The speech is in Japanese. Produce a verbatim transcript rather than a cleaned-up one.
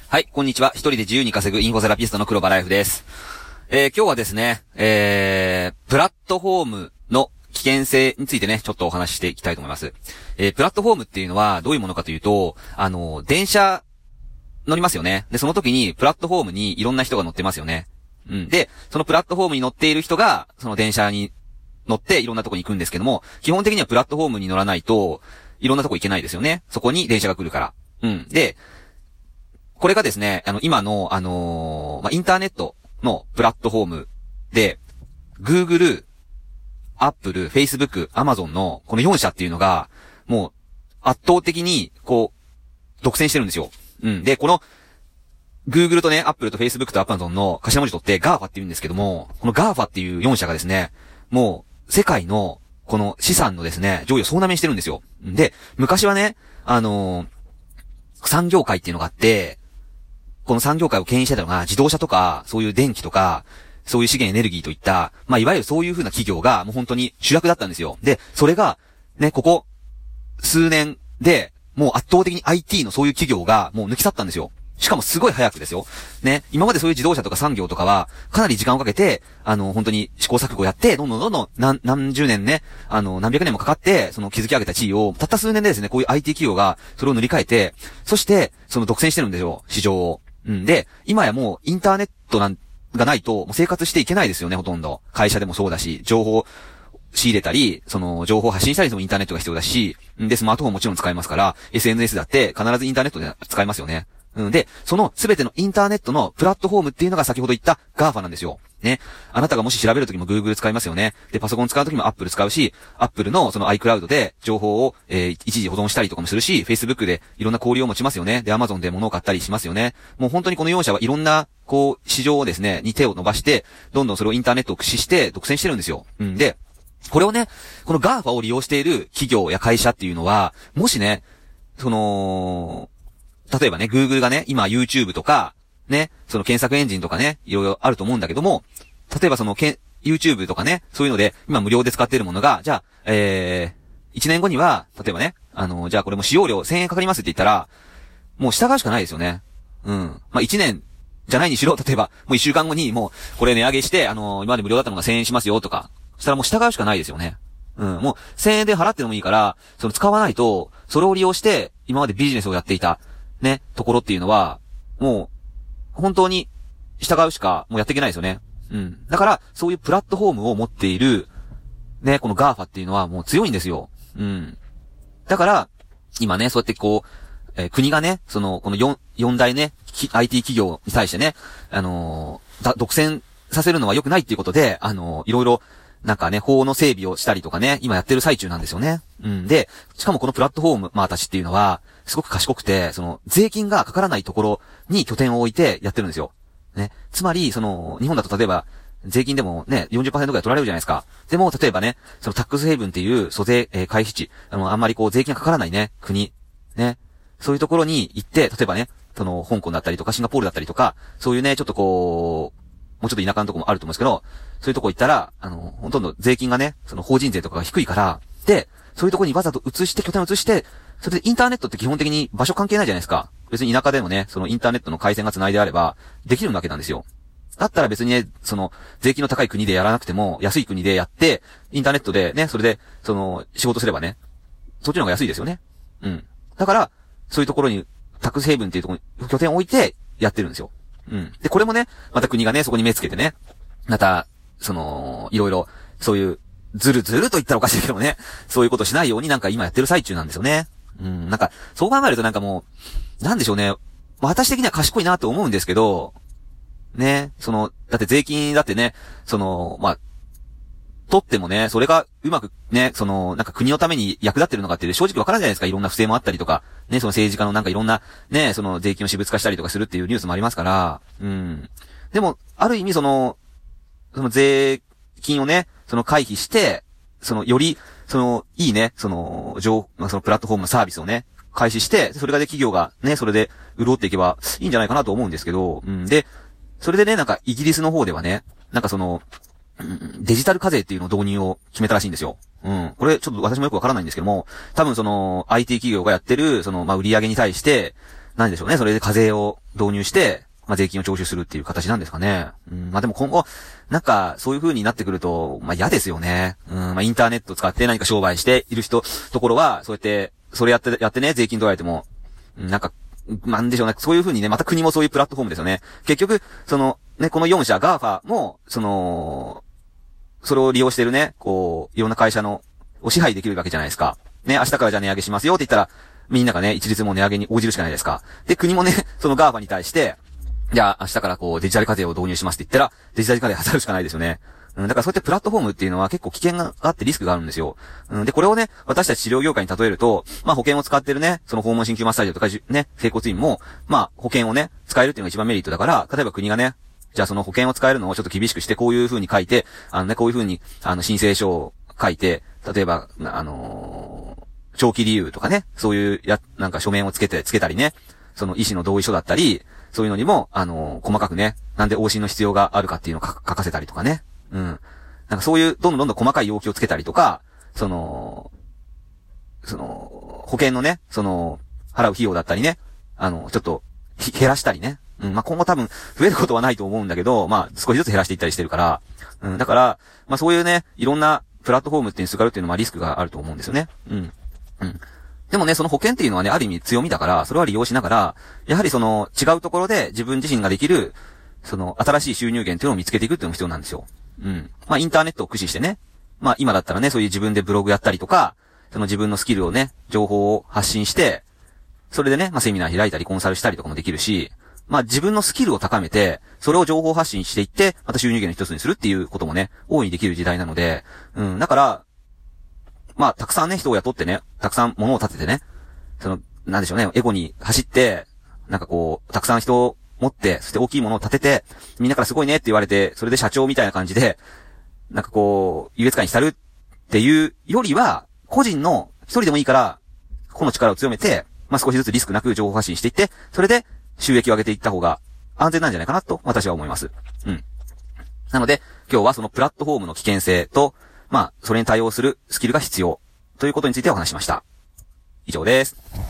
はい、こんにちは。一人で自由に稼ぐインフォセラピストの黒場ライフです。えー、今日はですね、えー、プラットフォームの危険性についてね、ちょっとお話ししていきたいと思います。えー、プラットフォームっていうのはどういうものかというと、あの、電車乗りますよね。で、その時にプラットフォームにいろんな人が乗ってますよね。うん。で、そのプラットフォームに乗っている人が、その電車に乗っていろんなとこに行くんですけども、基本的にはプラットフォームに乗らないと、いろんなとこ行けないですよね。そこに電車が来るから。うん。で、これがですね、あの、今の、あのー、まあ、インターネットのプラットフォームで、Google、Apple、Facebook、Amazon のこのよん社っていうのが、もう、圧倒的に、こう、独占してるんですよ。うん。で、この、Google とね、Apple と Facebook と Amazon の頭文字取って ガーファ って言うんですけども、この ガーファ っていうよん社がですね、もう、世界の、この資産のですね、上位を総なめにしてるんですよ。で、昔はね、あのー、産業界っていうのがあって、この産業界を牽引してたのが自動車とか、そういう電気とか、そういう資源エネルギーといった、まあ、いわゆるそういう風な企業がもう本当に主役だったんですよ。で、それが、ね、ここ、数年で、もう圧倒的に アイティー のそういう企業がもう抜き去ったんですよ。しかもすごい早くですよ。ね、今までそういう自動車とか産業とかは、かなり時間をかけて、あの、本当に試行錯誤やって、どんどんどんどん、何、何十年ね、あの、何百年もかかって、その築き上げた地位を、たった数年でですね、こういう アイティー 企業が、それを塗り替えて、そして、その独占してるんですよ、市場を。うん。で、今やもうインターネットなんがないと、もう生活していけないですよね、ほとんど。会社でもそうだし、情報仕入れたり、その情報発信したりもインターネットが必要だし、で、スマートフォンもちろん使えますから、エスエヌエス だって必ずインターネットで使えますよね。うん。で、そのすべてのインターネットのプラットフォームっていうのが先ほど言った ガーファ なんですよ。ね。あなたがもし調べるときも Google 使いますよね。で、パソコン使うときも Apple 使うし、Apple のその iCloud で情報を、えー、一時保存したりとかもするし、Facebook でいろんな交流を持ちますよね。で、Amazon で物を買ったりしますよね。もう本当にこのよん社はいろんな、こう、市場をですね、に手を伸ばして、どんどんそれをインターネットを駆使して独占してるんですよ。うんで、これをね、この ガーファ を利用している企業や会社っていうのは、もしね、その、例えばね、Google がね、今 YouTube とか、ね、その検索エンジンとかね、いろいろあると思うんだけども、例えばそのけ YouTube とかね、そういうので、今無料で使っているものが、じゃあ、えー、いちねんごには、例えばね、あの、じゃあこれも使用料せんえんかかりますって言ったら、もう従うしかないですよね。うん。まあ、いちねんじゃないにしろ、例えば、もういっしゅうかんごにもう、これ値上げして、あの、今まで無料だったのがせんえんしますよとか、そしたらもう従うしかないですよね。うん。もうせんえんで払ってもいいから、その使わないと、それを利用して、今までビジネスをやっていた、ね、ところっていうのは、もう、本当に従うしかもうやっていけないですよね。うん。だから、そういうプラットフォームを持っている、ね、この ガーファ っていうのはもう強いんですよ。うん。だから、今ね、そうやってこう、えー、国がね、その、この4、4大ね、アイティー 企業に対してね、あのー、だ、独占させるのは良くないっていうことで、あのー、いろいろ、なんかね、法の整備をしたりとかね、今やってる最中なんですよね。うん。で、しかもこのプラットフォーム、まあ、たちっていうのは、すごく賢くて、その、税金がかからないところに拠点を置いてやってるんですよ。ね。つまり、その、日本だと例えば、税金でもね、よんじゅっパーセントぐらい取られるじゃないですか。でも、例えばね、そのタックスヘイブンっていう租税、えー、回避地、あの、あんまりこう、税金がかからないね、国、ね。そういうところに行って、例えばね、その、香港だったりとか、シンガポールだったりとか、そういうね、ちょっとこう、もうちょっと田舎のとこもあると思うんですけど、そういうとこ行ったら、あの、ほとんど税金がね、その法人税とかが低いから、で、そういうとこにわざと移して、拠点を移して、それでインターネットって基本的に場所関係ないじゃないですか。別に田舎でもね、そのインターネットの回線が繋いであれば、できるわけなんですよ。だったら別にね、その、税金の高い国でやらなくても、安い国でやって、インターネットでね、それで、その、仕事すればね、そっちの方が安いですよね。うん。だから、そういうところに、タックスヘイブンっていうところに拠点を置いて、やってるんですよ。うん。で、これもね、また国がね、そこに目つけてね、また、その、いろいろ、そういう、ずるずると言ったらおかしいけどもね、そういうことしないようになんか今やってる最中なんですよね。うん、なんか、そう考えるとなんかもう、なんでしょうね、私的には賢いなと思うんですけど、ね、その、だって税金だってね、その、まあ、取ってもね、それがうまくね、その、なんか国のために役立ってるのかって正直わからないじゃないですか。いろんな不正もあったりとか、ね、その政治家のなんかいろんな、ね、その税金を私物化したりとかするっていうニュースもありますから、うん。でも、ある意味その、その税金をね、その回避して、その、より、その、いいね、その、上、まあ、そのプラットフォームのサービスをね、開始して、それがで企業がね、それで潤っていけばいいんじゃないかなと思うんですけど、うん。で、それでね、なんかイギリスの方ではね、なんかその、デジタル課税っていうのを導入を決めたらしいんですよ。うん。これちょっと私もよくわからないんですけども、多分その アイティー 企業がやってるそのまあ売り上げに対して、 何でしょうね。それで課税を導入して、まあ、税金を徴収するっていう形なんですかね。うん、まあ、でも今後、なんか、そういう風になってくると、まあ、嫌ですよね。うん、まあ、インターネットを使って何か商売している人、ところは、そうやって、それやって、やってね、税金取られても、なんか、なんでしょうね。そういう風にね、また国もそういうプラットフォームですよね。結局、その、ね、このよん社、ガーファ も、その、それを利用してるね、こう、いろんな会社の、を支配できるわけじゃないですか。ね、明日からじゃあ値上げしますよって言ったら、みんながね、一律も値上げに応じるしかないですか。で、国もね、その ガーファ に対して、じゃあ明日からこうデジタル課税を導入しますって言ったら、デジタル課税挟るしかないですよね。うん、だからそうやってプラットフォームっていうのは結構危険があってリスクがあるんですよ。うん、で、これをね、私たち治療業界に例えると、まあ保険を使ってるね、その訪問鍼灸マッサージとかね、整骨院も、まあ保険をね、使えるっていうのが一番メリットだから、例えば国がね、じゃあその保険を使えるのをちょっと厳しくして、こういう風に書いて、あのね、こういう風に、あの申請書を書いて、例えば、あのー、長期理由とかね、そういうや、なんか書面をつけて、つけたりね、その医師の同意書だったり、そういうのにも、あのー、細かくね、なんで往診の必要があるかっていうのを書かせたりとかね。うん。なんかそういう、どんどんどんどん細かい要求をつけたりとか、その、その、保険のね、その、払う費用だったりね、あの、ちょっと、減らしたりね。うん。まあ、今後多分、増えることはないと思うんだけど、まあ、少しずつ減らしていったりしてるから、うん。だから、まあそういうね、いろんなプラットフォームっていうにすがるっていうのは、まあリスクがあると思うんですよね。うん。うん。でもね、その保険っていうのはね、ある意味強みだから、それは利用しながら、やはりその、違うところで自分自身ができる、その、新しい収入源っていうのを見つけていくっていうのも必要なんですよ。うん。まあ、インターネットを駆使してね、まあ、今だったらね、そういう自分でブログやったりとか、その自分のスキルをね、情報を発信して、それでね、まあ、セミナー開いたり、コンサルしたりとかもできるし、まあ、自分のスキルを高めて、それを情報発信していって、また収入源の一つにするっていうこともね、大いにできる時代なので、うん、だから、まあ、たくさんね、人を雇ってね、たくさん物を立ててね、その、なんでしょうね、エゴに走って、なんかこう、たくさん人を持って、そして大きいものを立てて、みんなからすごいねって言われて、それで社長みたいな感じで、なんかこう、優越感に浸るっていうよりは、個人の一人でもいいから、個の力を強めて、まあ少しずつリスクなく情報発信していって、それで収益を上げていった方が安全なんじゃないかなと私は思います。うん。なので、今日はそのプラットフォームの危険性と、まあ、それに対応するスキルが必要ということについてお話ししました。以上です。